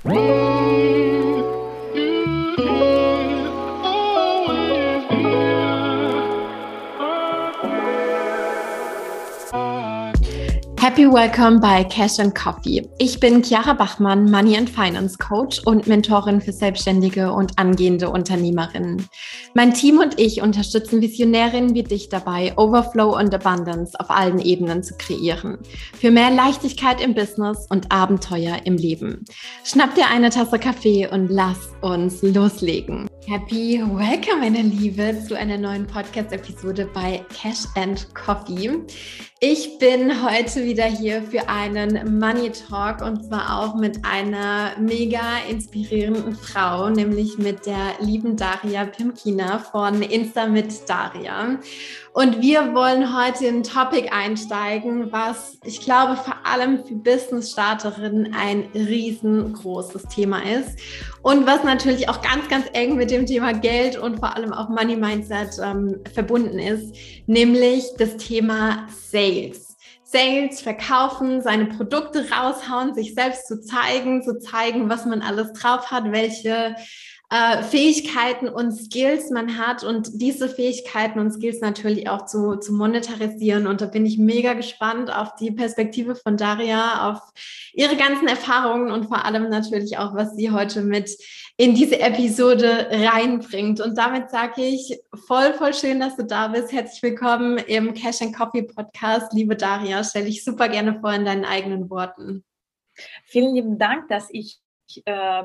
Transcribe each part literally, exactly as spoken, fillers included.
Happy Welcome bei Cash and Coffee. Ich bin Chiara Bachmann, Money and Finance Coach und Mentorin für Selbstständige und angehende Unternehmerinnen. Mein Team und ich unterstützen Visionärinnen wie dich dabei, Overflow und Abundance auf allen Ebenen zu kreieren. Für mehr Leichtigkeit im Business und Abenteuer im Leben. Schnapp dir eine Tasse Kaffee und lass uns loslegen. Happy Welcome, meine Liebe, zu einer neuen Podcast-Episode bei Cash and Coffee. Ich bin heute wieder hier für einen Money Talk und zwar auch mit einer mega inspirierenden Frau, nämlich mit der lieben Daria Pimkina von Insta mit Daria. Und wir wollen heute in ein Topic einsteigen, was ich glaube vor allem für Business-Starterinnen ein riesengroßes Thema ist und was natürlich auch ganz, ganz eng mit dem Thema Geld und vor allem auch Money Mindset ähm, verbunden ist, nämlich das Thema Sales. Sales, verkaufen, seine Produkte raushauen, sich selbst zu zeigen, zu zeigen, was man alles drauf hat, welche äh, Fähigkeiten und Skills man hat und diese Fähigkeiten und Skills natürlich auch zu, zu monetarisieren. Und da bin ich mega gespannt auf die Perspektive von Daria, auf ihre ganzen Erfahrungen und vor allem natürlich auch, was sie heute mit in diese Episode reinbringt. Und damit sage ich, voll, voll schön, dass du da bist. Herzlich willkommen im Cash and Coffee Podcast. Liebe Daria, stell dich super gerne vor in deinen eigenen Worten. Vielen lieben Dank, dass ich äh,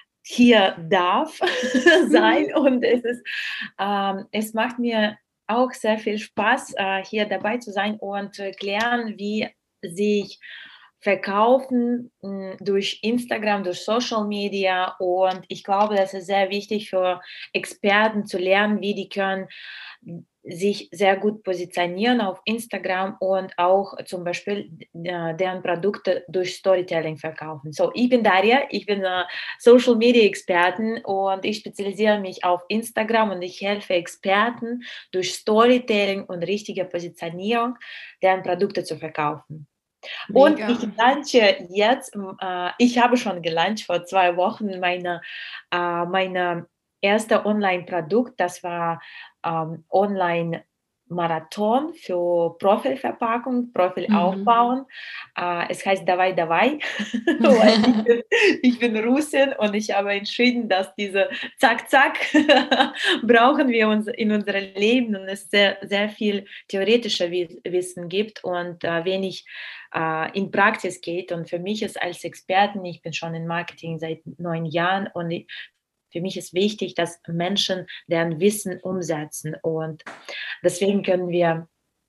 hier darf sein. Und es ist, ähm, es macht mir auch sehr viel Spaß, äh, hier dabei zu sein und zu erklären, wie sich Verkaufen mh, durch Instagram, durch Social Media, und ich glaube, das ist sehr wichtig für Experten zu lernen, wie die können sich sehr gut positionieren auf Instagram und auch zum Beispiel äh, deren Produkte durch Storytelling verkaufen. So, ich bin Daria, ich bin äh, Social Media Expertin und ich spezialisiere mich auf Instagram und ich helfe Experten durch Storytelling und richtige Positionierung deren Produkte zu verkaufen. Mega. Und ich launche jetzt, äh, ich habe schon gelauncht vor zwei Wochen meine, äh, meine erste Online-Produkt, das war ähm, Online-Marathon für Profilverpackung, Profil mhm. aufbauen. Äh, es heißt Davai Davai, weil ich bin, ich bin Russin und ich habe entschieden, dass diese Zack Zack brauchen wir uns in unserem Leben und es sehr, sehr viel theoretisches Wissen gibt und äh, wenig äh, in Praxis geht. Und für mich ist als Expertin, ich bin schon in Marketing seit neun Jahren und ich, für mich ist wichtig, dass Menschen deren Wissen umsetzen und deswegen können wir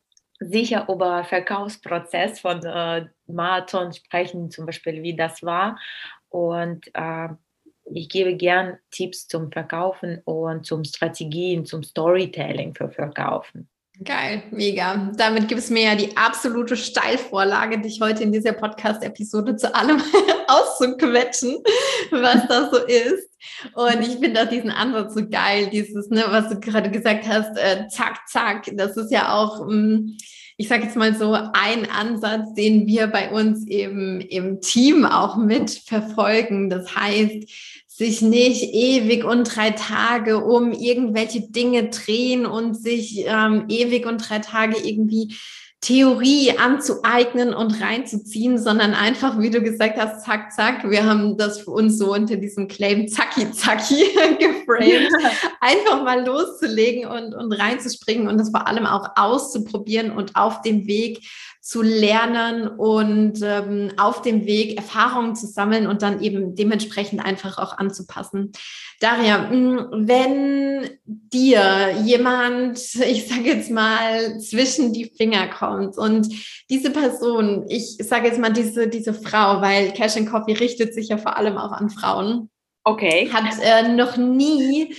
sicher über Verkaufsprozess von äh, Marathon sprechen, zum Beispiel wie das war, und äh, ich gebe gern Tipps zum Verkaufen und zum Strategien, zum Storytelling für Verkaufen. Geil, mega. Damit gibt es mir ja die absolute Steilvorlage, dich heute in dieser Podcast-Episode zu allem auszuquetschen, was das so ist. Und ich finde auch diesen Ansatz so geil, dieses, ne, was du gerade gesagt hast, äh, zack, zack, das ist ja auch, mh, ich sage jetzt mal so, ein Ansatz, den wir bei uns eben im Team auch mit verfolgen. Das heißt, sich nicht ewig und drei Tage um irgendwelche Dinge drehen und sich ähm, ewig und drei Tage irgendwie Theorie anzueignen und reinzuziehen, sondern einfach, wie du gesagt hast, zack, zack. Wir haben das für uns so unter diesem Claim zacki, zacki geframed. Einfach mal loszulegen und, und reinzuspringen und das vor allem auch auszuprobieren und auf dem Weg zu lernen und ähm, auf dem Weg Erfahrungen zu sammeln und dann eben dementsprechend einfach auch anzupassen. Daria, wenn dir jemand, ich sage jetzt mal, zwischen die Finger kommt und diese Person, ich sage jetzt mal diese, diese Frau, weil Cash and Coffee richtet sich ja vor allem auch an Frauen, okay, hat äh, noch nie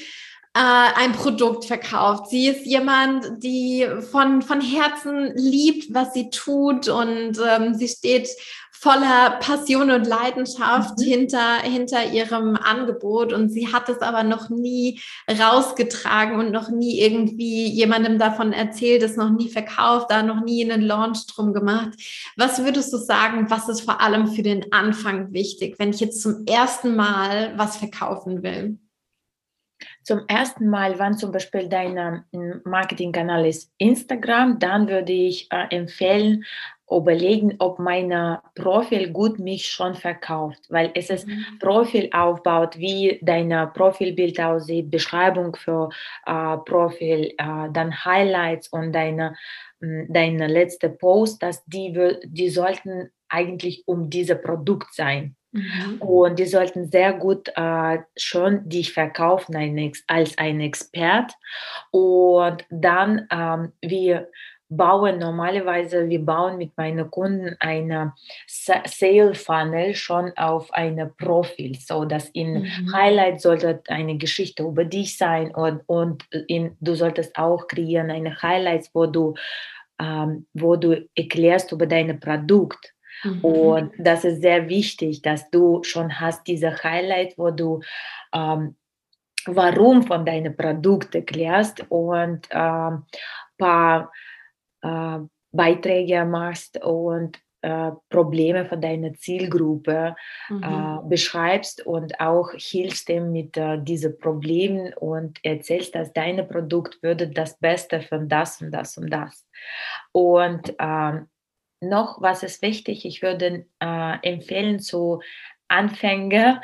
ein Produkt verkauft. Sie ist jemand, die von, von Herzen liebt, was sie tut und ähm, sie steht voller Passion und Leidenschaft Mhm. hinter, hinter ihrem Angebot und sie hat es aber noch nie rausgetragen und noch nie irgendwie jemandem davon erzählt, es noch nie verkauft, da noch nie einen Launch drum gemacht. Was würdest du sagen, was ist vor allem für den Anfang wichtig, wenn ich jetzt zum ersten Mal was verkaufen will? Zum ersten Mal, wenn zum Beispiel dein ähm, Marketingkanal ist Instagram, dann würde ich äh, empfehlen, überlegen, ob mein Profil gut mich schon verkauft, weil es ist Mhm. Profil aufbaut, wie dein Profilbild aussieht, Beschreibung für äh, Profil, äh, dann Highlights und deine, mh, deine letzte Post, dass die, wür- die sollten eigentlich um dieses Produkt sein. Mhm. Und die sollten sehr gut äh, schon dich verkaufen ein, Ex- als ein Expert. Und dann, ähm, wir bauen normalerweise, wir bauen mit meinen Kunden eine Sa- Sale Funnel schon auf eine Profil, so dass in Mhm. Highlight sollte eine Geschichte über dich sein und, und in, du solltest auch kreieren eine Highlights, wo du, ähm, wo du erklärst über dein Produkt. Mhm. Und das ist sehr wichtig, dass du schon hast diese Highlight, wo du ähm, warum von deinem Produkt erklärst und ähm, paar äh, Beiträge machst und äh, Probleme von deiner Zielgruppe äh, Mhm. beschreibst und auch hilfst dem mit äh, diesen Problemen und erzählst, dass dein Produkt würde das Beste von das und das und das. Und ähm, noch, was ist wichtig, ich würde äh, empfehlen, zu Anfänger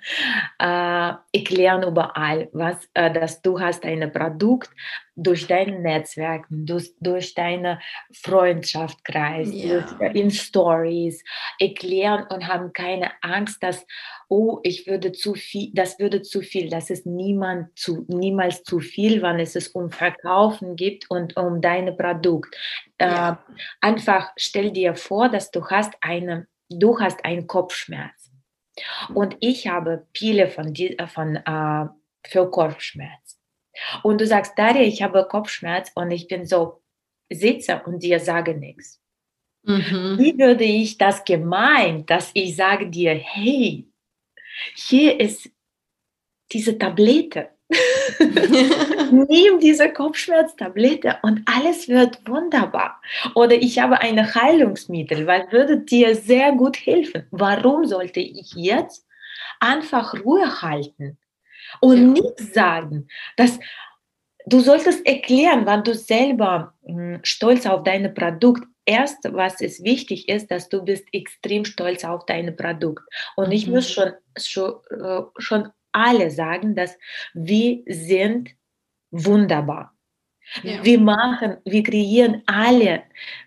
äh, erklären überall, was, äh, dass du hast ein Produkt durch dein Netzwerk, durch, durch deine Freundschaftskreis, durch, Ja. äh, in Stories erklären und haben keine Angst, dass, oh, ich würde zu viel, das würde zu viel, das ist niemand zu, niemals zu viel, wenn es es um Verkaufen gibt und um dein Produkt. Äh, Ja. Einfach stell dir vor, dass du hast eine, du hast einen Kopfschmerz und ich habe Pille von, die, äh, von äh, für Kopfschmerz. Und du sagst, Daria, ich habe Kopfschmerz und ich bin so sitze und dir sage nichts. Mhm. Wie würde ich das gemeint, dass ich sage dir, hey, hier ist diese Tablette. Nimm diese Kopfschmerztablette und alles wird wunderbar. Oder ich habe ein Heilungsmittel, weil würde dir sehr gut helfen. Warum sollte ich jetzt einfach Ruhe halten und Ja. nichts sagen? Das, du solltest erklären, wann du selber mh, stolz auf dein Produkt. Erst, was es wichtig ist, dass du bist extrem stolz auf dein Produkt. Und ich muss Mhm. schon, schon, äh, schon alle sagen, dass wir sind wunderbar. Ja. Wir machen, wir kreieren alle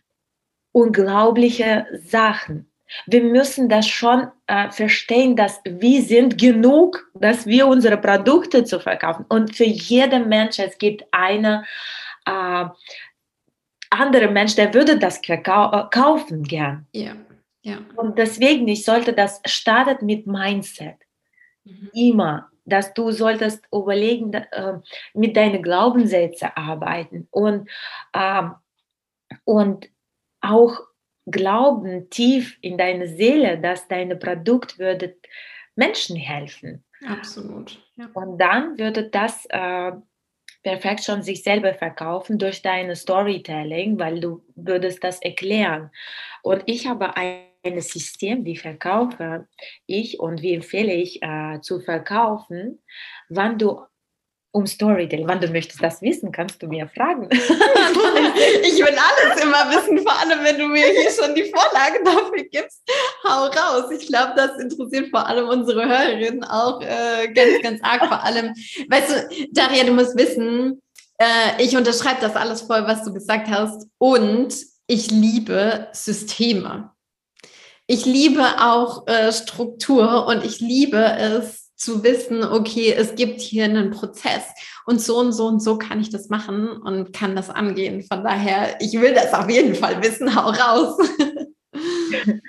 unglaubliche Sachen. Wir müssen das schon äh, verstehen, dass wir sind genug, dass wir unsere Produkte zu verkaufen. Und für jeden Mensch, es gibt eine äh, andere Mensch, der würde das verkau- äh, kaufen gern. Ja. Ja. Und deswegen, ich sollte das startet mit Mindset. Mhm. Immer, dass du solltest überlegen, äh, mit deinen Glaubenssätzen arbeiten und ähm, und auch glauben tief in deine Seele, dass dein Produkt würde Menschen helfen. Absolut. Ja. Und dann würde das äh, perfekt schon sich selber verkaufen durch deine Storytelling, weil du würdest das erklären. Und ich habe ein ein System, wie verkaufe ich und wie empfehle ich äh, zu verkaufen, wann du um Storytelling, wann du möchtest das wissen, kannst du mir fragen. Ich will alles immer wissen, vor allem wenn du mir hier schon die Vorlage dafür gibst. Hau raus. Ich glaube, das interessiert vor allem unsere Hörerinnen auch äh, ganz, ganz arg. Vor allem, weißt du, Daria, du musst wissen, äh, ich unterschreibe das alles voll, was du gesagt hast. Und ich liebe Systeme. Ich liebe auch äh, Struktur und ich liebe es zu wissen, okay, es gibt hier einen Prozess und so und so und so kann ich das machen und kann das angehen. Von daher, ich will das auf jeden Fall wissen, hau raus.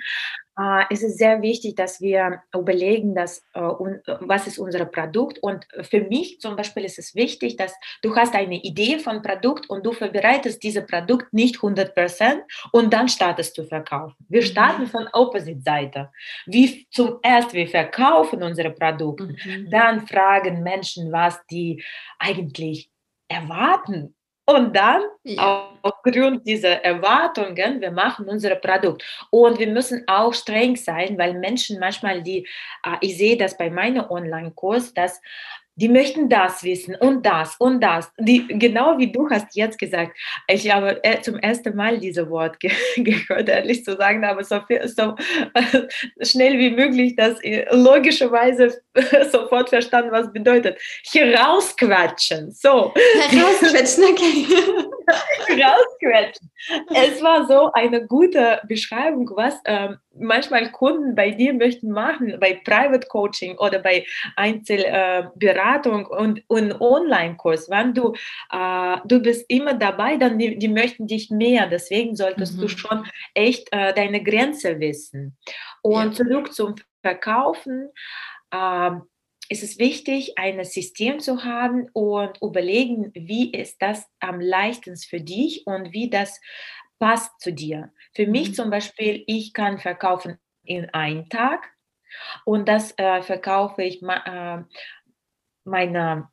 Äh, es ist sehr wichtig, dass wir überlegen, dass, äh, un, was ist unser Produkt. Und für mich zum Beispiel ist es wichtig, dass du hast eine Idee von Produkt und du vorbereitest dieses Produkt nicht hundert Prozent und dann startest du verkaufen. Wir starten Mhm. von Opposite-Seite. Wie zuerst wir verkaufen unsere Produkte, Mhm. dann fragen Menschen, was die eigentlich erwarten. Und dann Ja. aufgrund dieser Erwartungen, wir machen unser Produkt. Und wir müssen auch streng sein, weil Menschen manchmal, die, äh, ich sehe das bei meinem Online-Kurs, dass die möchten das wissen und das und das. Die, genau wie du hast jetzt gesagt. Ich habe äh, zum ersten Mal dieses Wort ge gehört, ehrlich zu sagen, aber so, viel, so äh, schnell wie möglich, dass ich logischerweise sofort verstanden, was bedeutet. Herausquatschen. So. Herausquetschen, okay. Rausquetschen. Es war so eine gute Beschreibung, was ähm, manchmal Kunden bei dir möchten machen, bei Private Coaching oder bei Einzelberatung äh, und, und Online-Kurs. Wenn du, äh, du bist immer dabei, dann die, die möchten dich mehr. Deswegen solltest du Mhm. schon echt äh, deine Grenze wissen. Ja. Und zurück zum Verkaufen. ähm, ist es wichtig, ein System zu haben und überlegen, wie ist das am leichtesten für dich und wie das passt zu dir. Für mich Mhm. zum Beispiel, ich kann verkaufen in einem Tag und das äh, verkaufe ich ma- äh, meine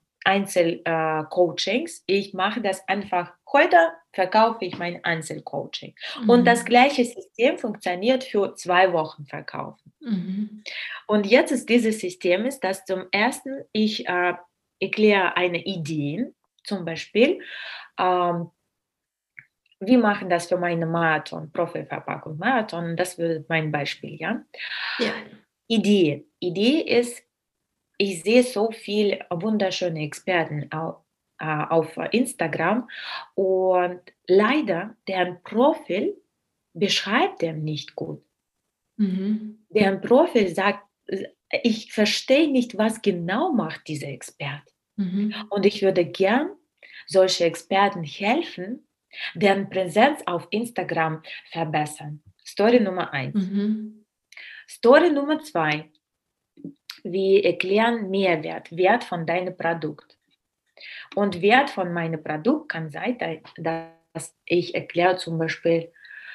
Einzelcoachings. Ich mache das einfach. Heute verkaufe ich mein Einzelcoaching. Und das Mhm. gleiche System funktioniert für zwei Wochen verkaufen. Mhm. Und jetzt ist dieses System, ist, dass zum ersten ich äh, erkläre eine Idee, zum Beispiel, ähm, wir machen das für meine Marathon, Profilverpackung Marathon, das wird mein Beispiel, ja. Ja. Idee. Idee ist, ich sehe so viele wunderschöne Experten auf, äh, auf Instagram und leider deren Profil beschreibt er nicht gut. Mhm. Deren Profil sagt, äh, ich verstehe nicht, was genau macht dieser Experte. Mhm. Und ich würde gern solche Experten helfen, deren Präsenz auf Instagram verbessern. Story Nummer eins. Mhm. Story Nummer zwei. Wir erklären Mehrwert, Wert von deinem Produkt. Und Wert von meinem Produkt kann sein, dass ich erkläre zum Beispiel,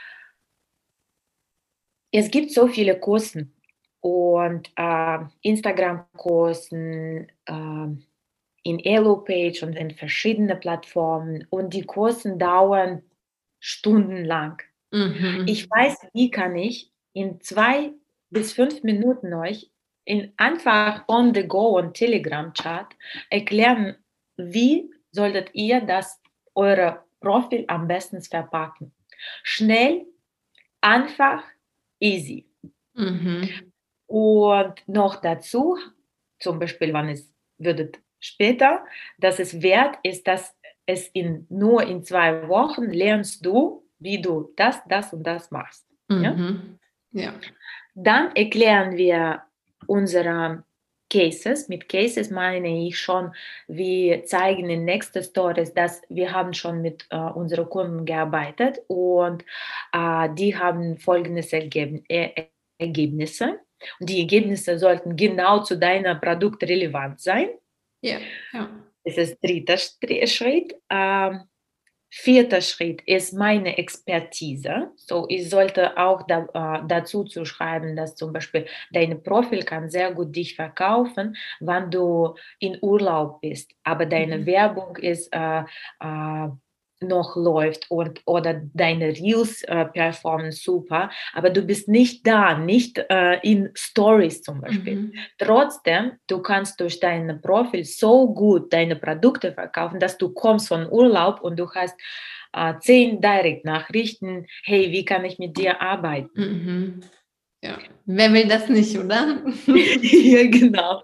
es gibt so viele Kurse und äh, Instagram-Kursen, äh, in Elo-Page und in verschiedene Plattformen und die Kurse dauern stundenlang. Ich Mhm. weiß, wie kann ich in zwei bis fünf Minuten euch in einfach on the go und Telegram-Chat erklären, wie solltet ihr das eure Profil am besten verpacken. Schnell, einfach, easy. Mhm. Und noch dazu, zum Beispiel, wann es würde später, dass es wert ist, dass es in, nur in zwei Wochen lernst du, wie du das, das und das machst. Ja? Mhm. Ja. Dann erklären wir unsere Cases. Mit Cases meine ich schon, wir zeigen in nächsten Stories, dass wir haben schon mit äh, unseren Kunden gearbeitet und äh, die haben folgendes Ergeb er Ergebnisse. Und die Ergebnisse sollten genau zu deinem Produkt relevant sein. Ja. Ja. Das ist der dritte Schritt. Ähm, Vierter Schritt ist meine Expertise. So, ich sollte auch da, äh, dazu zu schreiben, dass zum Beispiel dein Profil kann sehr gut dich verkaufen, wenn du in Urlaub bist, aber deine Mhm. Werbung ist äh, äh, noch läuft und oder deine Reels äh, performen super, aber du bist nicht da, nicht äh, in Stories zum Beispiel. Mhm. Trotzdem, du kannst durch dein Profil so gut deine Produkte verkaufen, dass du kommst von Urlaub und du hast äh, zehn Direct-Nachrichten, hey, wie kann ich mit dir arbeiten? Mhm. Ja. Wer will das nicht, oder? Ja, genau.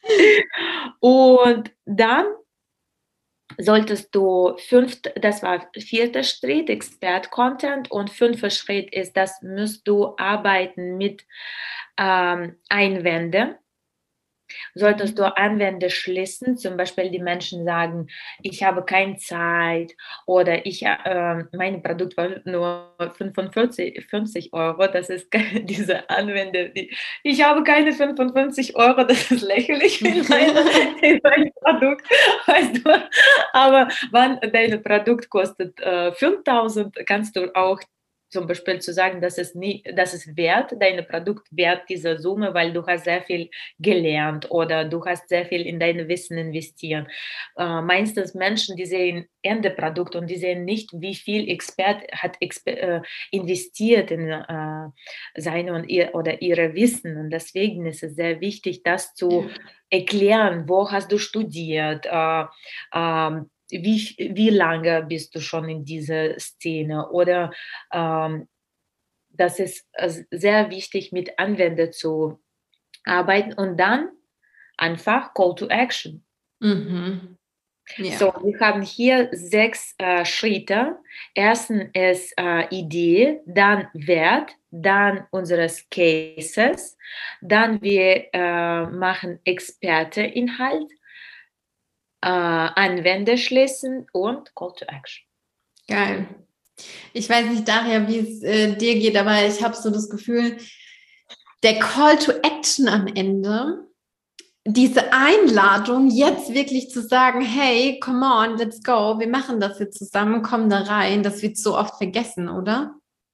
Und dann solltest du fünf, das war vierter Schritt, Expert-Content und fünfter Schritt ist, das musst du arbeiten mit ähm, Einwände. Solltest du Anwender schließen, zum Beispiel die Menschen sagen, ich habe keine Zeit oder ich, äh, mein Produkt war nur fünfundvierzig, fünfzig Euro, das ist diese Anwender, die, ich habe keine fünfundfünfzig Euro, das ist lächerlich in meinem in meinem Produkt, weißt du, aber wenn dein Produkt kostet äh, fünftausend, kannst du auch zum Beispiel zu sagen, dass es nie, dass es wert, dein Produkt wert diese Summe, weil du hast sehr viel gelernt oder du hast sehr viel in dein Wissen investiert. Äh, meistens Menschen, die sehen Endeprodukt und die sehen nicht, wie viel Expert hat exper äh, investiert in äh, seine und ihr oder ihre Wissen. Und deswegen ist es sehr wichtig, das zu erklären, wo hast du studiert, äh, ähm, wie, wie lange bist du schon in dieser Szene oder ähm, das ist äh, sehr wichtig, mit Anwender zu arbeiten und dann einfach Call to Action. Mhm. Ja. So, wir haben hier sechs äh, Schritte. Erstens ist äh, Idee, dann Wert, dann unseres Cases, dann wir äh, machen Experte-Inhalt, äh, Anwender schließen und Call to Action. Geil. Ich weiß nicht, Daria, wie es äh, dir geht, aber ich habe so das Gefühl, der Call to Action am Ende, diese Einladung, jetzt wirklich zu sagen, hey, come on, let's go, wir machen das jetzt zusammen, komm da rein, das wird so oft vergessen, oder?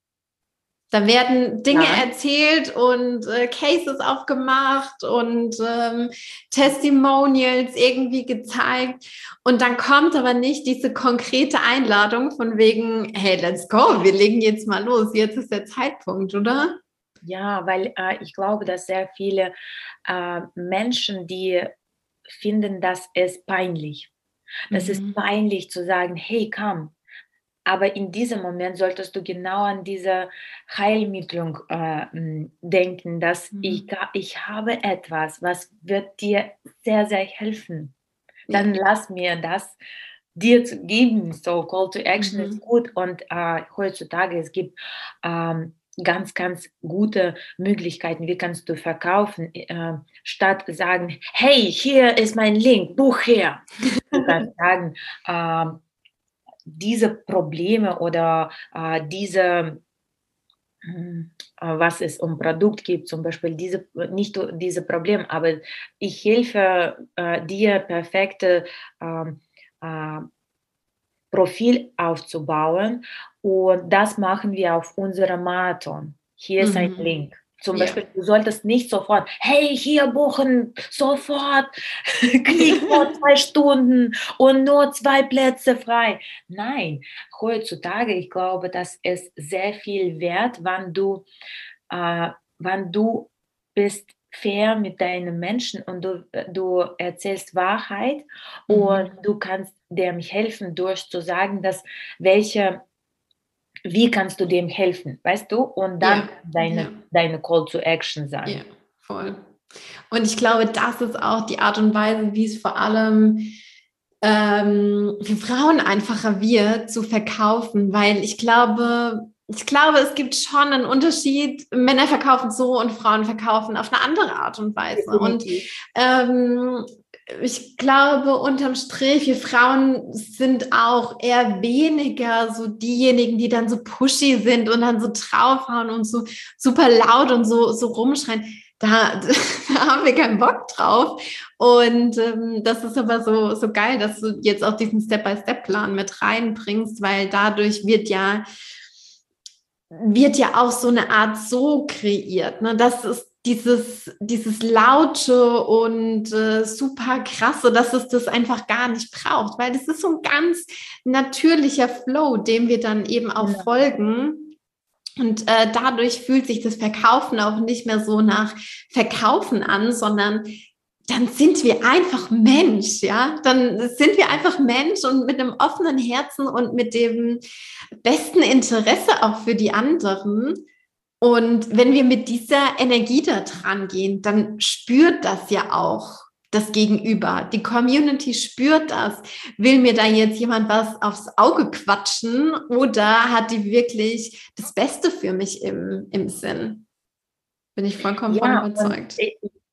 Da werden Dinge ja. erzählt und äh, Cases aufgemacht und ähm, Testimonials irgendwie gezeigt. Und dann kommt aber nicht diese konkrete Einladung von wegen, hey, let's go, wir legen jetzt mal los, jetzt ist der Zeitpunkt, oder? Ja, weil äh, ich glaube, dass sehr viele äh, Menschen, die finden, das ist peinlich. Das mhm. ist peinlich zu sagen, hey, komm. Aber in diesem Moment solltest du genau an diese Heilmittlung äh, denken, dass mhm. ich, ich habe etwas, was wird dir sehr, sehr helfen. Dann ja. lass mir das dir zu geben. So, Call to Action mhm. ist gut und äh, heutzutage es gibt ähm, ganz, ganz gute Möglichkeiten, wie kannst du verkaufen, äh, statt sagen, hey, hier ist mein Link, buch her. Du kannst sagen, äh, diese Probleme oder äh, diese, äh, was es um Produkt gibt, zum Beispiel diese, nicht diese Probleme, aber ich helfe äh, dir, perfekte äh, äh, Profil aufzubauen und das machen wir auf unserem Marathon. Hier ist ein mhm. Link. Zum ja. Beispiel, du solltest nicht sofort, hey, hier buchen, sofort, klick vor zwei Stunden und nur zwei Plätze frei. Nein, heutzutage, ich glaube, das ist sehr viel wert, wenn du, äh, wenn du bist fair mit deinen Menschen und du, du erzählst Wahrheit mhm. und du kannst dem helfen, durch zu sagen, dass welche wie kannst du dem helfen, weißt du? Und dann ja, deine, ja. deine Call to Action sein. Ja, voll. Und ich glaube, das ist auch die Art und Weise, wie es vor allem ähm, für Frauen einfacher wird, zu verkaufen, weil ich glaube, ich glaube, es gibt schon einen Unterschied. Männer verkaufen so und Frauen verkaufen auf eine andere Art und Weise. Definitiv. Und ähm, ich glaube, unterm Strich, wir Frauen sind auch eher weniger so diejenigen, die dann so pushy sind und dann so draufhauen und so super laut und so, so rumschreien. Da, da haben wir keinen Bock drauf. Und ähm, das ist aber so, so geil, dass du jetzt auch diesen Step-by-Step-Plan mit reinbringst, weil dadurch wird ja, wird ja auch so eine Art so kreiert. Ne? Das ist dieses, dieses Laute und äh, super krasse, dass es das einfach gar nicht braucht, weil das ist so ein ganz natürlicher Flow, dem wir dann eben auch ja. folgen. Und äh, dadurch fühlt sich das Verkaufen auch nicht mehr so nach Verkaufen an, sondern dann sind wir einfach Mensch, ja, dann sind wir einfach Mensch und mit einem offenen Herzen und mit dem besten Interesse auch für die anderen. Und wenn wir mit dieser Energie da dran gehen, dann spürt das ja auch das Gegenüber. Die Community spürt das. Will mir da jetzt jemand was aufs Auge quatschen oder hat die wirklich das Beste für mich im, im Sinn? Bin ich vollkommen ja, von überzeugt. Ich,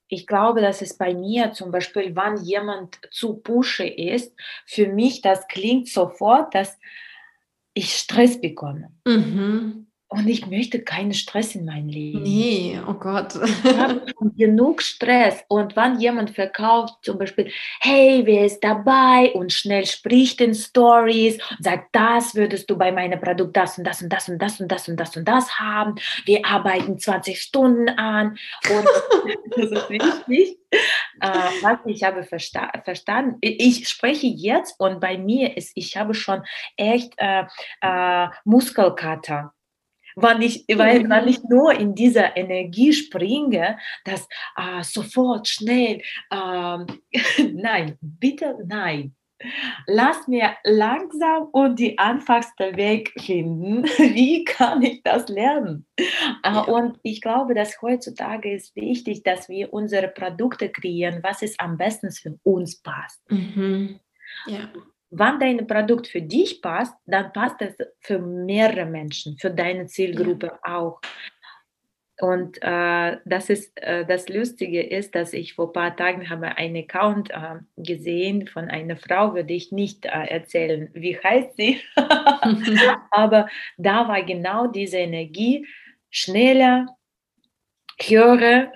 ich glaube, dass es bei mir zum Beispiel, wenn jemand zu pushy ist, für mich das klingt sofort, dass ich Stress bekomme. Mhm. Und ich möchte keinen Stress in meinem Leben. Nee, oh Gott. Ich habe schon genug Stress. Und wenn jemand verkauft, zum Beispiel, hey, wer ist dabei? Und schnell spricht in Stories und sagt, das würdest du bei meinem Produkt das und das und das und das und das und das und das haben. Wir arbeiten zwanzig Stunden an. Und das ist wichtig. Äh, was ich habe versta verstanden, ich spreche jetzt und bei mir ist, ich habe schon echt äh, äh, Muskelkater. Wann ich, weil, Mhm. wann ich nur in dieser Energie springe, dass äh, sofort, schnell, ähm, nein, bitte nein. Lass mir langsam und die einfachste Weg finden. Wie kann ich das lernen? Äh, Ja. und ich glaube, dass heutzutage ist wichtig, dass wir unsere Produkte kreieren, was es am besten für uns passt. Mhm. Ja. Wann dein Produkt für dich passt, dann passt es für mehrere Menschen, für deine Ja. Zielgruppe auch. Und äh, das ist äh, das Lustige ist, dass ich vor ein paar Tagen habe einen Account äh, gesehen von einer Frau, würde ich nicht äh, erzählen, wie heißt sie, aber da war genau diese Energie, schneller, höre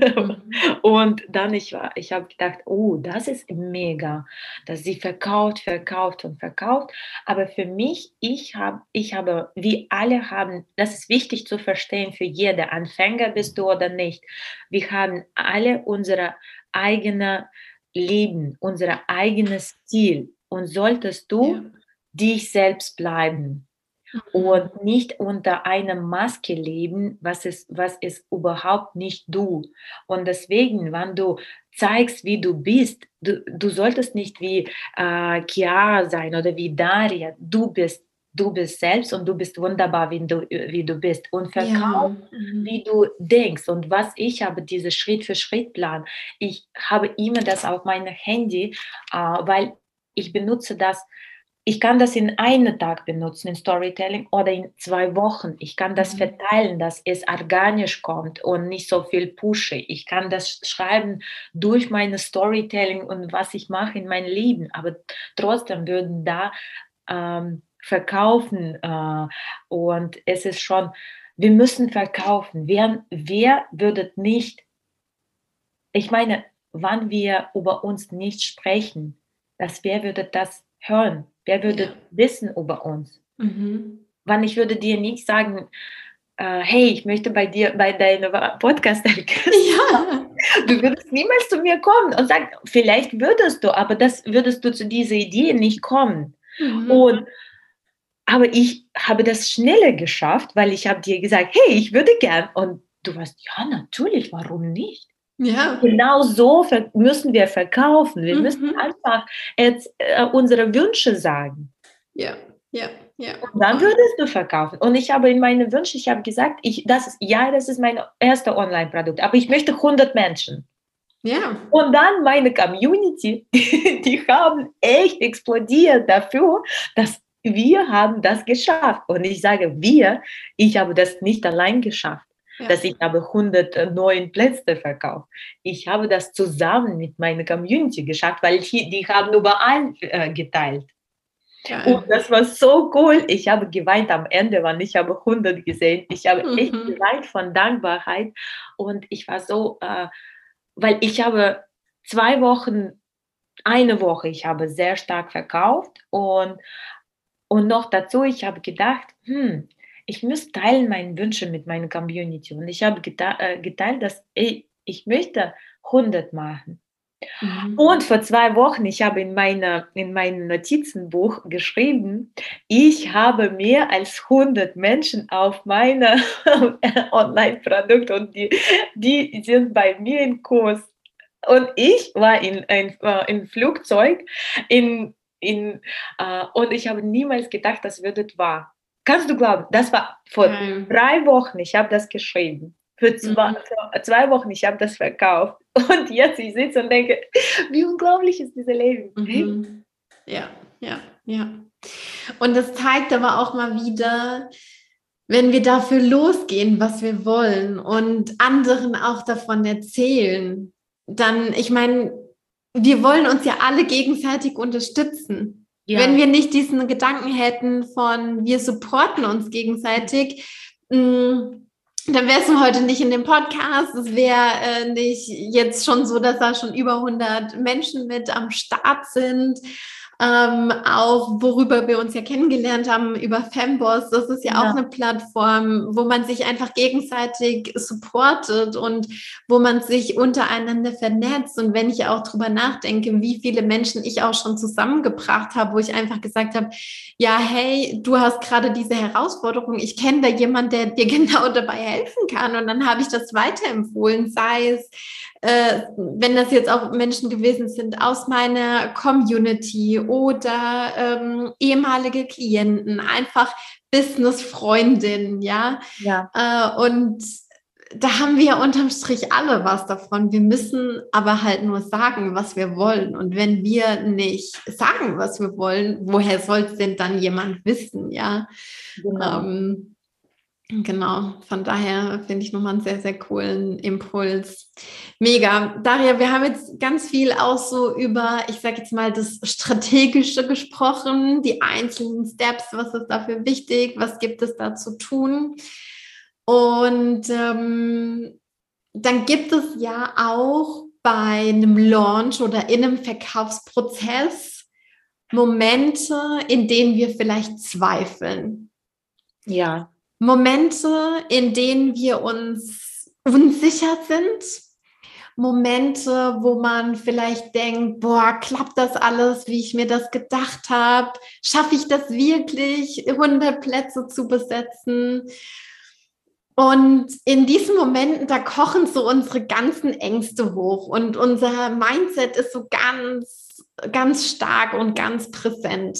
und dann ich war, ich habe gedacht, oh, das ist mega, dass sie verkauft, verkauft und verkauft. Aber für mich, ich habe, ich habe, wir alle haben, das ist wichtig zu verstehen für jede Anfänger bist du oder nicht. Wir haben alle unser eigenes Leben, unser eigenes Ziel und solltest Ja. du dich selbst bleiben Mhm. und nicht unter einer Maske leben, was ist, was ist überhaupt nicht du. Und deswegen, wenn du zeigst, wie du bist, du, du solltest nicht wie äh, Chiara sein oder wie Daria, du bist, du bist selbst und du bist wunderbar, wie du, wie du bist. Und Ja. verkauf, Mhm. wie du denkst. Und was ich habe, diese Schritt-für-Schritt-Plan, ich habe immer das auf meinem Handy, äh, weil ich benutze das. Ich kann das in einem Tag benutzen, in Storytelling, oder in zwei Wochen. Ich kann das Mhm. verteilen, dass es organisch kommt und nicht so viel pushe. Ich kann das schreiben durch meine Storytelling und was ich mache in meinem Leben. Aber trotzdem würden da ähm, verkaufen. Äh, und es ist schon, wir müssen verkaufen. Wer, wer würde nicht, ich meine, wann wir über uns nicht sprechen, dass wer würde das hören? Wer Ja. würde wissen über uns? Mhm. Wann ich würde dir nicht sagen, äh, hey, ich möchte bei dir bei deinem Podcast ein Gast haben. Ja. Du würdest niemals zu mir kommen und sagen, vielleicht würdest du, aber das würdest du zu dieser Idee nicht kommen. Mhm. Und aber ich habe das schneller geschafft, weil ich habe dir gesagt, hey, ich würde gern. Und du warst, ja, natürlich, warum nicht? Ja. Genau so ver- müssen wir verkaufen. Wir müssen Mhm. einfach jetzt, äh, unsere Wünsche sagen. Ja. Ja. Ja. Und dann Voll. würdest du verkaufen. Und ich habe in meine Wünsche, ich habe gesagt, ich, das ist, ja, das ist mein erster Online-Produkt, aber ich möchte hundert Menschen. Ja. Und dann meine Community, die haben echt explodiert dafür, dass wir haben das geschafft. Und ich sage wir, ich habe das nicht allein geschafft, Ja. dass ich habe hundertneun Plätze verkauft. Ich habe das zusammen mit meiner Community geschafft, weil die, die haben überall äh, geteilt. Und Geil. das war so cool. Ich habe geweint am Ende, weil ich habe hundert gesehen. Ich habe echt Mhm. geweint von Dankbarkeit. Und ich war so, äh, weil ich habe zwei Wochen, eine Woche, ich habe sehr stark verkauft. Und, und noch dazu, ich habe gedacht, hm, ich muss teilen meine Wünsche mit meiner Community. Und ich habe geta äh, geteilt, dass ich, ich möchte hundert machen. Mhm. Und vor zwei Wochen, ich habe in, meiner, in meinem Notizenbuch geschrieben, ich habe mehr als hundert Menschen auf meinem Online-Produkt und die, die sind bei mir im Kurs. Und ich war in ein äh, in Flugzeug in, in, äh, und ich habe niemals gedacht, das würde wahr. Kannst du glauben, das war vor Geil. drei Wochen, ich habe das geschrieben. Für zwei, Mhm. für zwei Wochen, ich habe das verkauft. Und jetzt ich sitze und denke, wie unglaublich ist dieses Leben. Mhm. Ja, ja, ja. Und das zeigt aber auch mal wieder, wenn wir dafür losgehen, was wir wollen und anderen auch davon erzählen, dann, ich meine, wir wollen uns ja alle gegenseitig unterstützen. Ja. Wenn wir nicht diesen Gedanken hätten von, wir supporten uns gegenseitig, mh, dann wärst du heute nicht in dem Podcast. Es wäre äh, nicht jetzt schon so, dass da schon über hundert Menschen mit am Start sind. Ähm, auch worüber wir uns ja kennengelernt haben, über Femboss. Das ist ja, ja auch eine Plattform, wo man sich einfach gegenseitig supportet und wo man sich untereinander vernetzt. Und wenn ich auch drüber nachdenke, wie viele Menschen ich auch schon zusammengebracht habe, wo ich einfach gesagt habe, ja, hey, du hast gerade diese Herausforderung, ich kenne da jemanden, der dir genau dabei helfen kann. Und dann habe ich das weiterempfohlen, sei es, äh, wenn das jetzt auch Menschen gewesen sind aus meiner Community oder ähm, ehemalige Klienten, einfach Business-Freundinnen, ja. Ja. Äh, und da haben wir unterm Strich alle was davon. Wir müssen aber halt nur sagen, was wir wollen. Und wenn wir nicht sagen, was wir wollen, woher soll es denn dann jemand wissen, ja? Genau. Ähm, Genau, von daher finde ich nochmal einen sehr, sehr coolen Impuls. Mega. Daria, wir haben jetzt ganz viel auch so über, ich sage jetzt mal, das Strategische gesprochen, die einzelnen Steps, was ist dafür wichtig, was gibt es da zu tun. Und ähm, dann gibt es ja auch bei einem Launch oder in einem Verkaufsprozess Momente, in denen wir vielleicht zweifeln. Ja. Momente, in denen wir uns unsicher sind. Momente, wo man vielleicht denkt, boah, klappt das alles, wie ich mir das gedacht habe? Schaffe ich das wirklich, hundert Plätze zu besetzen? Und in diesen Momenten, da kochen so unsere ganzen Ängste hoch und unser Mindset ist so ganz, ganz stark und ganz präsent.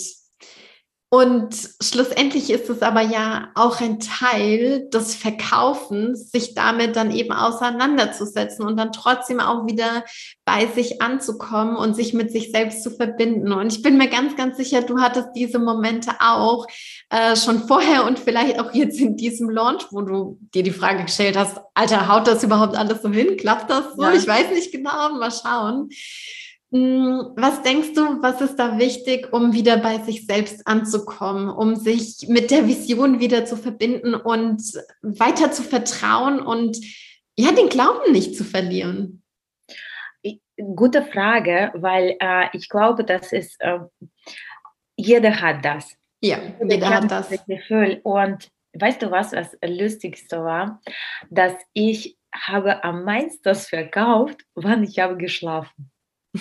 Und schlussendlich ist es aber ja auch ein Teil des Verkaufens, sich damit dann eben auseinanderzusetzen und dann trotzdem auch wieder bei sich anzukommen und sich mit sich selbst zu verbinden. Und ich bin mir ganz, ganz sicher, du hattest diese Momente auch äh, schon vorher und vielleicht auch jetzt in diesem Launch, wo du dir die Frage gestellt hast, Alter, haut das überhaupt alles so hin? Klappt das so? Ja. Ich weiß nicht genau, mal schauen. Was denkst du, was ist da wichtig, um wieder bei sich selbst anzukommen, um sich mit der Vision wieder zu verbinden und weiter zu vertrauen und ja, den Glauben nicht zu verlieren? Gute Frage, weil äh, ich glaube, dass es äh, jeder hat das. Ja, jeder, jeder hat das. das Gefühl. Und weißt du was, was Lustigste war, dass ich habe am meisten verkauft, wann ich habe geschlafen.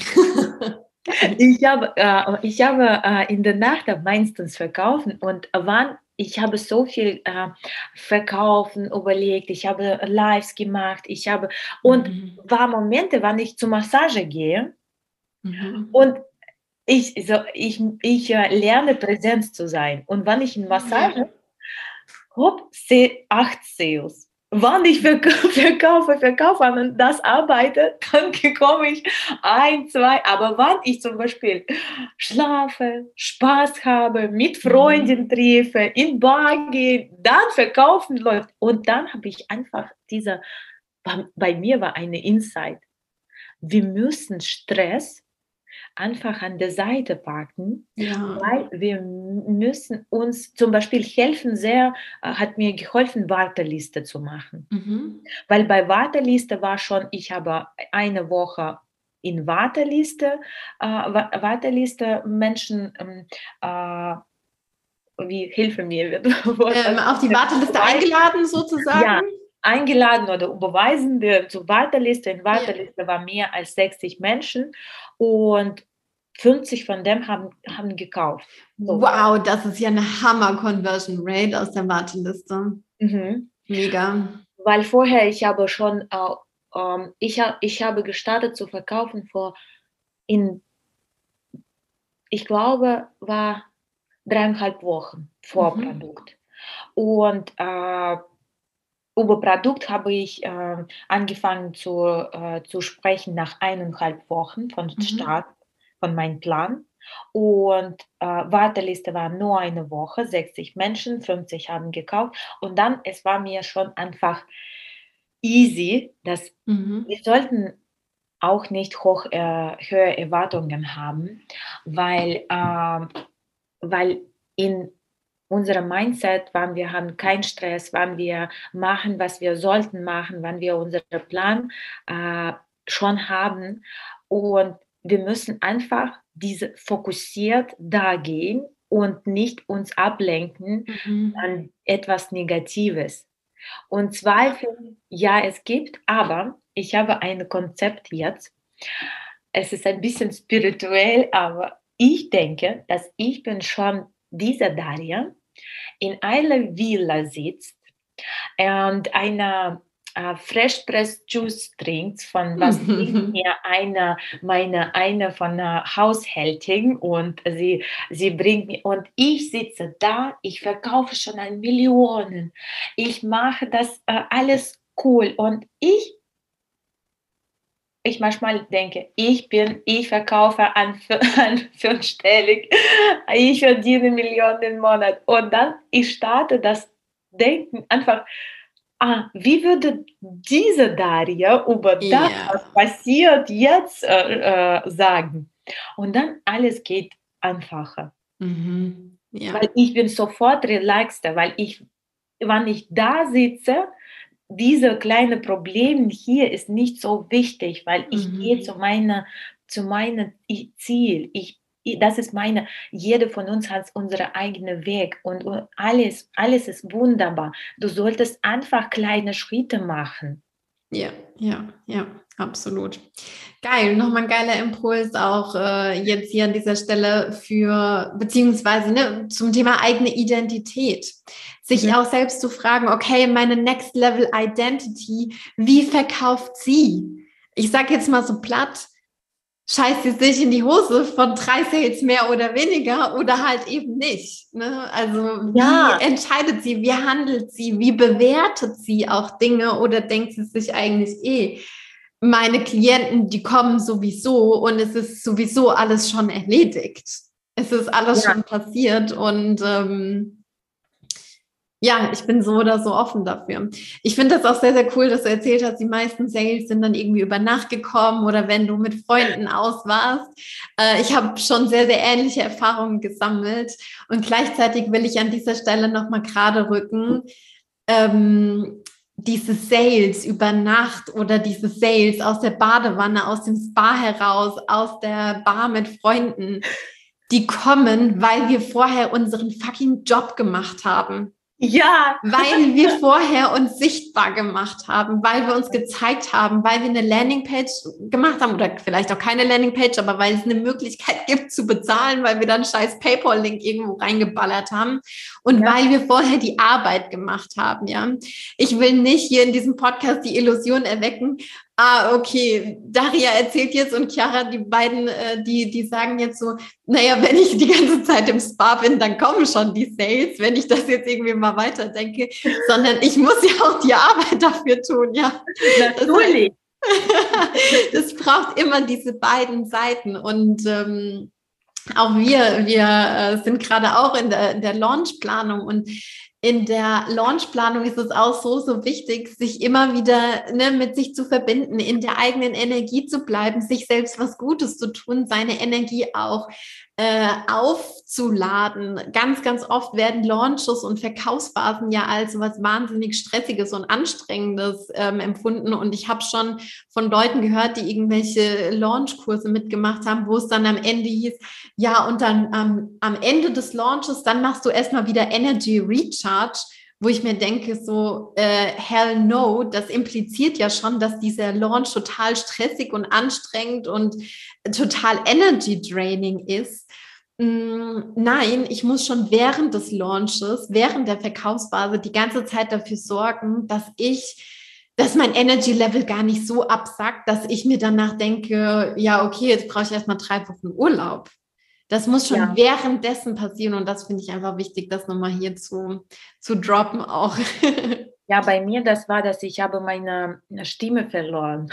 ich habe, äh, ich habe äh, in der Nacht am meisten verkauft und wann ich habe so viel äh, verkaufen überlegt, ich habe Lives gemacht, ich habe und mhm. war Momente, wann ich zur Massage gehe mhm. und ich, so, ich, ich äh, lerne Präsenz zu sein und wenn ich in Massage, ja. hopp, acht Sales. Wann ich verkaufe, verkaufe und das arbeite, dann bekomme ich ein, zwei. Aber wann ich zum Beispiel schlafe, Spaß habe, mit Freunden treffe, in Bar gehe, dann verkaufen läuft. Und dann habe ich einfach diese, bei mir war eine Insight. Wir müssen Stress einfach an der Seite packen, ja. weil wir müssen uns zum Beispiel helfen sehr, hat mir geholfen, Warteliste zu machen. Mhm. Weil bei Warteliste war schon, ich habe eine Woche in Warteliste, äh, Warteliste Menschen, äh, wie hilfe mir? Ähm, auf die Warteliste eingeladen sozusagen? Ja. Eingeladen oder überweisen wir zur Warteliste. In Warteliste ja. war mehr als sechzig Menschen und fünfzig von dem haben, haben gekauft. So. Wow, das ist ja eine Hammer-Conversion Rate aus der Warteliste. Mhm. Mega. Weil vorher, ich habe schon, äh, ähm, ich, ich habe gestartet zu verkaufen vor, in, ich glaube, war dreieinhalb Wochen vor mhm. Produkt. Und äh, über Produkt habe ich äh, angefangen zu, äh, zu sprechen nach eineinhalb Wochen von mhm. Start, von meinem Plan. Und äh, Warteliste war nur eine Woche, sechzig Menschen, fünfzig haben gekauft. Und dann, es war mir schon einfach easy, dass mhm. wir sollten auch nicht hoch, äh, höhere Erwartungen haben, weil, äh, weil in unserem Mindset, wann wir haben keinen Stress, wann wir machen, was wir sollten machen, wann wir unseren Plan äh, schon haben und wir müssen einfach diese fokussiert da gehen und nicht uns ablenken Mhm. an etwas Negatives. Und Zweifel, ja, es gibt, aber ich habe ein Konzept jetzt. Es ist ein bisschen spirituell, aber ich denke, dass ich bin schon diese Daria in einer Villa sitzt und eine äh, Fresh Pressed Juice trinkt, von was bringt mir eine, meine, eine von der Haushälterin und sie, sie bringt mir und ich sitze da, ich verkaufe schon an Millionen, ich mache das äh, alles cool und ich ich manchmal denke, ich bin, ich verkaufe an, fü- an fünfstellig, ich verdiene Millionen im Monat. Und dann, ich starte das Denken einfach, ah, wie würde diese Daria über das, was Ja. passiert, jetzt äh, äh, sagen? Und dann alles geht einfacher. Mhm. Ja. Weil ich bin sofort relaxter, weil ich, wenn ich da sitze, diese kleine Problem hier ist nicht so wichtig, weil ich gehe Mhm. zu meiner, zu meinem I- Ziel. Ich, i- das ist meine, jede von uns hat unseren eigenen Weg und und alles, alles ist wunderbar. Du solltest einfach kleine Schritte machen. Ja, ja, ja, absolut. Geil, nochmal ein geiler Impuls auch äh, jetzt hier an dieser Stelle für, beziehungsweise ne, zum Thema eigene Identität. Sich Mhm. auch selbst zu fragen, okay, meine Next Level Identity, wie verkauft sie? Ich sage jetzt mal so platt, scheißt sie sich in die Hose von drei Sales mehr oder weniger oder halt eben nicht. Ne? Also wie Ja, entscheidet sie, wie handelt sie, wie bewertet sie auch Dinge oder denkt sie sich eigentlich eh, meine Klienten, die kommen sowieso und es ist sowieso alles schon erledigt. Es ist alles ja, schon passiert und ähm, ja, ich bin so oder so offen dafür. Ich finde das auch sehr, sehr cool, dass du erzählt hast, die meisten Sales sind dann irgendwie über Nacht gekommen oder wenn du mit Freunden aus warst. Äh, ich habe schon sehr, sehr ähnliche Erfahrungen gesammelt und gleichzeitig will ich an dieser Stelle nochmal gerade rücken. Ähm, diese Sales über Nacht oder diese Sales aus der Badewanne, aus dem Spa heraus, aus der Bar mit Freunden, die kommen, weil wir vorher unseren fucking Job gemacht haben. ja, Weil wir vorher uns sichtbar gemacht haben, weil wir uns gezeigt haben, weil wir eine Landingpage gemacht haben oder vielleicht auch keine Landingpage, aber weil es eine Möglichkeit gibt zu bezahlen, weil wir dann scheiß PayPal-Link irgendwo reingeballert haben und ja, weil wir vorher die Arbeit gemacht haben, ja. Ich will nicht hier in diesem Podcast die Illusion erwecken, ah, okay, Daria erzählt jetzt und Chiara, die beiden, äh, die, die sagen jetzt so, naja, wenn ich die ganze Zeit im Spa bin, dann kommen schon die Sales, wenn ich das jetzt irgendwie mal weiterdenke, sondern ich muss ja auch die Arbeit dafür tun, ja. Das heißt, natürlich. das braucht immer diese beiden Seiten und ähm, auch wir, wir äh, sind gerade auch in der, in der Launchplanung und in der Launchplanung ist es auch so, so wichtig, sich immer wieder ne, mit sich zu verbinden, in der eigenen Energie zu bleiben, sich selbst was Gutes zu tun, seine Energie auch äh, aufzuladen. Ganz, ganz oft werden Launches und Verkaufsphasen ja als was wahnsinnig Stressiges und Anstrengendes ähm, empfunden. Und ich habe schon von Leuten gehört, die irgendwelche Launchkurse mitgemacht haben, wo es dann am Ende hieß, ja, und dann ähm, am Ende des Launches, dann machst du erstmal wieder Energy Recharge, wo ich mir denke, so, äh, hell no, das impliziert ja schon, dass dieser Launch total stressig und anstrengend und total Energy draining ist. Mm, nein, ich muss schon während des Launches, während der Verkaufsphase die ganze Zeit dafür sorgen, dass ich dass mein Energy Level gar nicht so absackt, dass ich mir danach denke, ja, okay, jetzt brauche ich erstmal drei Wochen Urlaub. Das muss schon Ja. währenddessen passieren und das finde ich einfach wichtig, das nochmal hier zu, zu droppen auch. Ja, bei mir, das war das, ich habe meine Stimme verloren.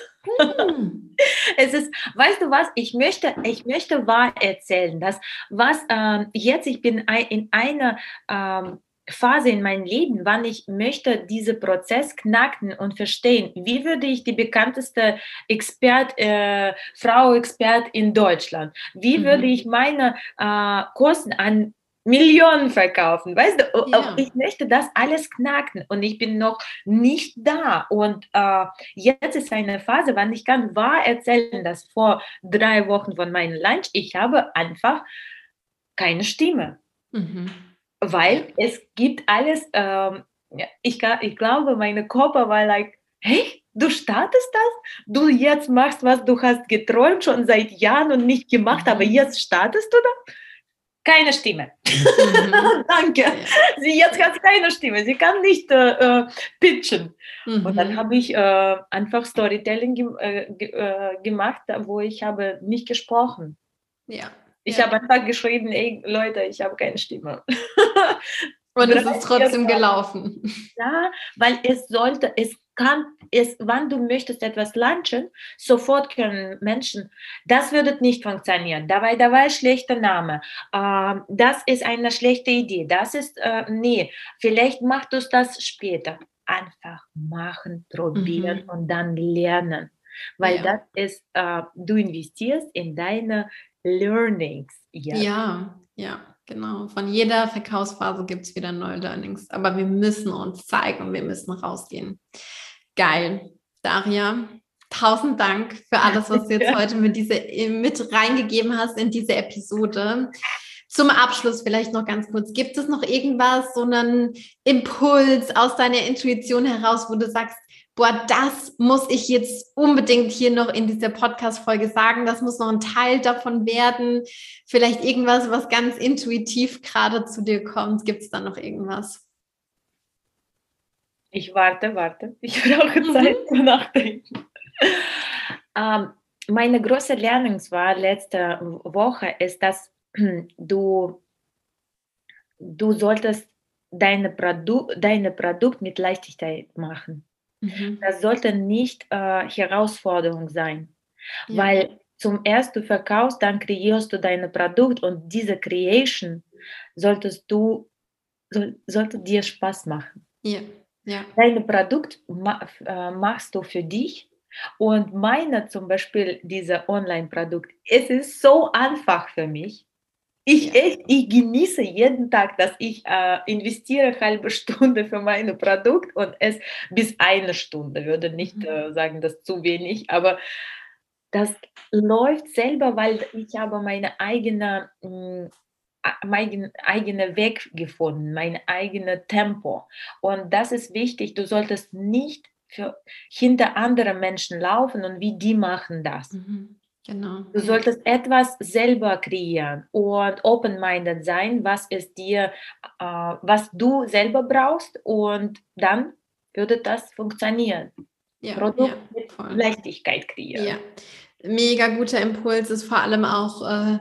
Hm. Es ist, weißt du was, ich möchte, ich möchte wahr erzählen, dass was ähm, jetzt, ich bin ein, in einer ähm, Phase in meinem Leben, wann ich möchte diesen Prozess knacken und verstehen, wie würde ich die bekannteste Expert, äh, Frau Expert in Deutschland, wie mhm. würde ich meine äh, Kosten an Millionen verkaufen, weißt du, yeah. ich möchte das alles knacken und ich bin noch nicht da und äh, jetzt ist eine Phase, wann ich kann wahr erzählen, dass vor drei Wochen von meinem Lunch, ich habe einfach keine Stimme. Mhm. Weil es gibt alles, ähm, ich, ich glaube, mein Körper war like, hey, du startest das? Du jetzt machst, was du hast geträumt schon seit Jahren und nicht gemacht, mhm. aber jetzt startest du das? Keine Stimme. Mhm. Danke. Ja. Sie jetzt hat keine Stimme. Sie kann nicht äh, pitchen. Mhm. Und dann habe ich äh, einfach Storytelling ge äh, ge äh, gemacht, wo ich habe nicht gesprochen. Ja. Ich ja. habe einfach geschrieben, ey Leute, ich habe keine Stimme. Und es ist trotzdem gelaufen. Ja, weil es sollte, es kann, es, wann du möchtest etwas launchen, sofort können Menschen, das würde nicht funktionieren. Da war, da war ein schlechter Name. Ähm, das ist eine schlechte Idee. Das ist, äh, nee, vielleicht machst du das später. Einfach machen, probieren mhm. und dann lernen. Weil ja. das ist, äh, du investierst in deine Learnings. Jetzt. Ja, ja, genau. Von jeder Verkaufsphase gibt es wieder neue Learnings. Aber wir müssen uns zeigen und wir müssen rausgehen. Geil. Daria, tausend Dank für alles, was du jetzt heute mit, diese, mit reingegeben hast in diese Episode. Zum Abschluss vielleicht noch ganz kurz. Gibt es noch irgendwas, so einen Impuls aus deiner Intuition heraus, wo du sagst, boah, das muss ich jetzt unbedingt hier noch in dieser Podcast-Folge sagen, das muss noch ein Teil davon werden, vielleicht irgendwas, was ganz intuitiv gerade zu dir kommt, gibt es da noch irgendwas? Ich warte, warte, ich brauche Zeit mhm. zu nachdenken. ähm, meine große Learning war letzte Woche, ist, dass du, du solltest deine, Produ deine Produkt mit Leichtigkeit machen. Mhm. Das sollte nicht äh, Herausforderung sein, ja. Weil zum ersten du verkaufst, dann kreierst du dein Produkt und diese Creation solltest du, soll, sollte dir Spaß machen. Ja. Ja. Dein Produkt ma äh, machst du für dich und meine zum Beispiel, diese Online-Produkt, es ist so einfach für mich. Ich, ja. echt, ich genieße jeden Tag, dass ich äh, investiere eine halbe Stunde für mein Produkt und es bis eine Stunde, würde nicht mhm. äh, sagen, das ist zu wenig, aber das läuft selber, weil ich habe meine eigene, mh, mein eigener Weg gefunden, mein eigenes Tempo und das ist wichtig, du solltest nicht für, hinter anderen Menschen laufen und wie die machen das. Mhm. Genau. Du solltest ja. etwas selber kreieren und open-minded sein, was es dir, äh, was du selber brauchst und dann würde das funktionieren. Ja, Produkt ja, mit Leichtigkeit kreieren. Ja, mega guter Impuls, ist vor allem auch äh,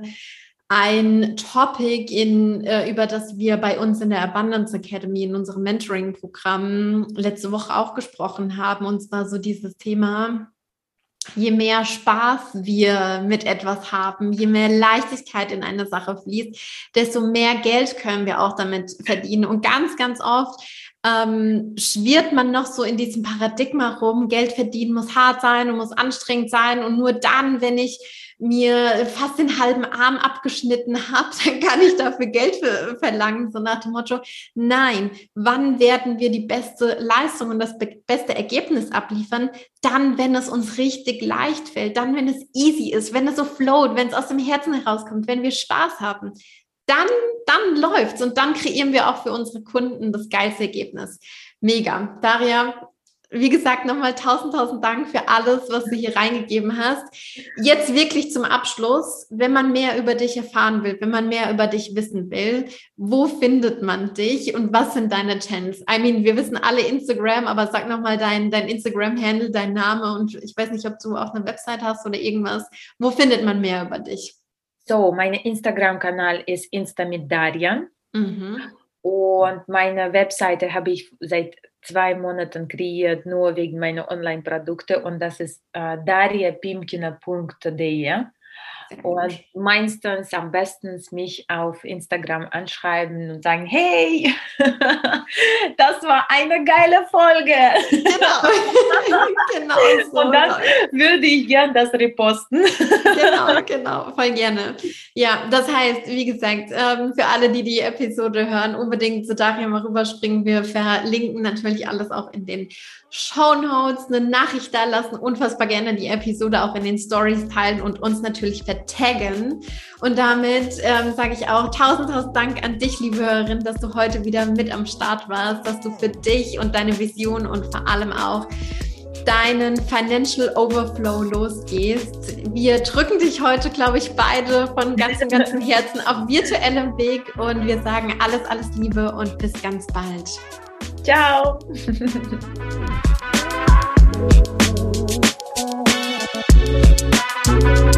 ein Topic, in, äh, über das wir bei uns in der Abundance Academy, in unserem Mentoring-Programm letzte Woche auch gesprochen haben, und zwar so dieses Thema: Je mehr Spaß wir mit etwas haben, je mehr Leichtigkeit in eine Sache fließt, desto mehr Geld können wir auch damit verdienen. Und ganz, ganz oft ähm, schwirrt man noch so in diesem Paradigma rum, Geld verdienen muss hart sein und muss anstrengend sein. Und nur dann, wenn ich mir fast den halben Arm abgeschnitten habe, dann kann ich dafür Geld für, verlangen, so nach dem Motto, nein, wann werden wir die beste Leistung und das be- beste Ergebnis abliefern? Dann, wenn es uns richtig leicht fällt, dann, wenn es easy ist, wenn es so float, wenn es aus dem Herzen herauskommt, wenn wir Spaß haben, dann, dann läuft's und dann kreieren wir auch für unsere Kunden das geilste Ergebnis. Mega. Daria, wie gesagt, nochmal tausend, tausend Dank für alles, was du hier reingegeben hast. Jetzt wirklich zum Abschluss, wenn man mehr über dich erfahren will, wenn man mehr über dich wissen will, wo findet man dich und was sind deine Channels? I mean, wir wissen alle Instagram, aber sag nochmal dein, dein Instagram-Handle, dein Name, und ich weiß nicht, ob du auch eine Website hast oder irgendwas. Wo findet man mehr über dich? So, mein Instagram-Kanal ist Insta mit Daria. Mhm. Und meine Webseite habe ich seit zwei Monaten kreiert, nur wegen meiner Online-Produkte, und das ist äh, daria pimkina punkt de. Und meistens am besten mich auf Instagram anschreiben und sagen, hey, das war eine geile Folge. Genau, genau so. Und dann würde ich gern das reposten. Genau, genau, voll gerne. Ja, das heißt, wie gesagt, für alle, die die Episode hören, unbedingt zu Daria mal rüberspringen. Wir verlinken natürlich alles auch in den Shownotes, eine Nachricht da lassen, unfassbar gerne die Episode auch in den Stories teilen und uns natürlich vertaggen. Und damit ähm, sage ich auch tausend, tausend Dank an dich, liebe Hörerin, dass du heute wieder mit am Start warst, dass du für dich und deine Vision und vor allem auch deinen Financial Overflow losgehst. Wir drücken dich heute, glaube ich, beide von ganzem, ganzem Herzen auf virtuellem Weg und wir sagen alles, alles Liebe und bis ganz bald. Ciao! Thank you.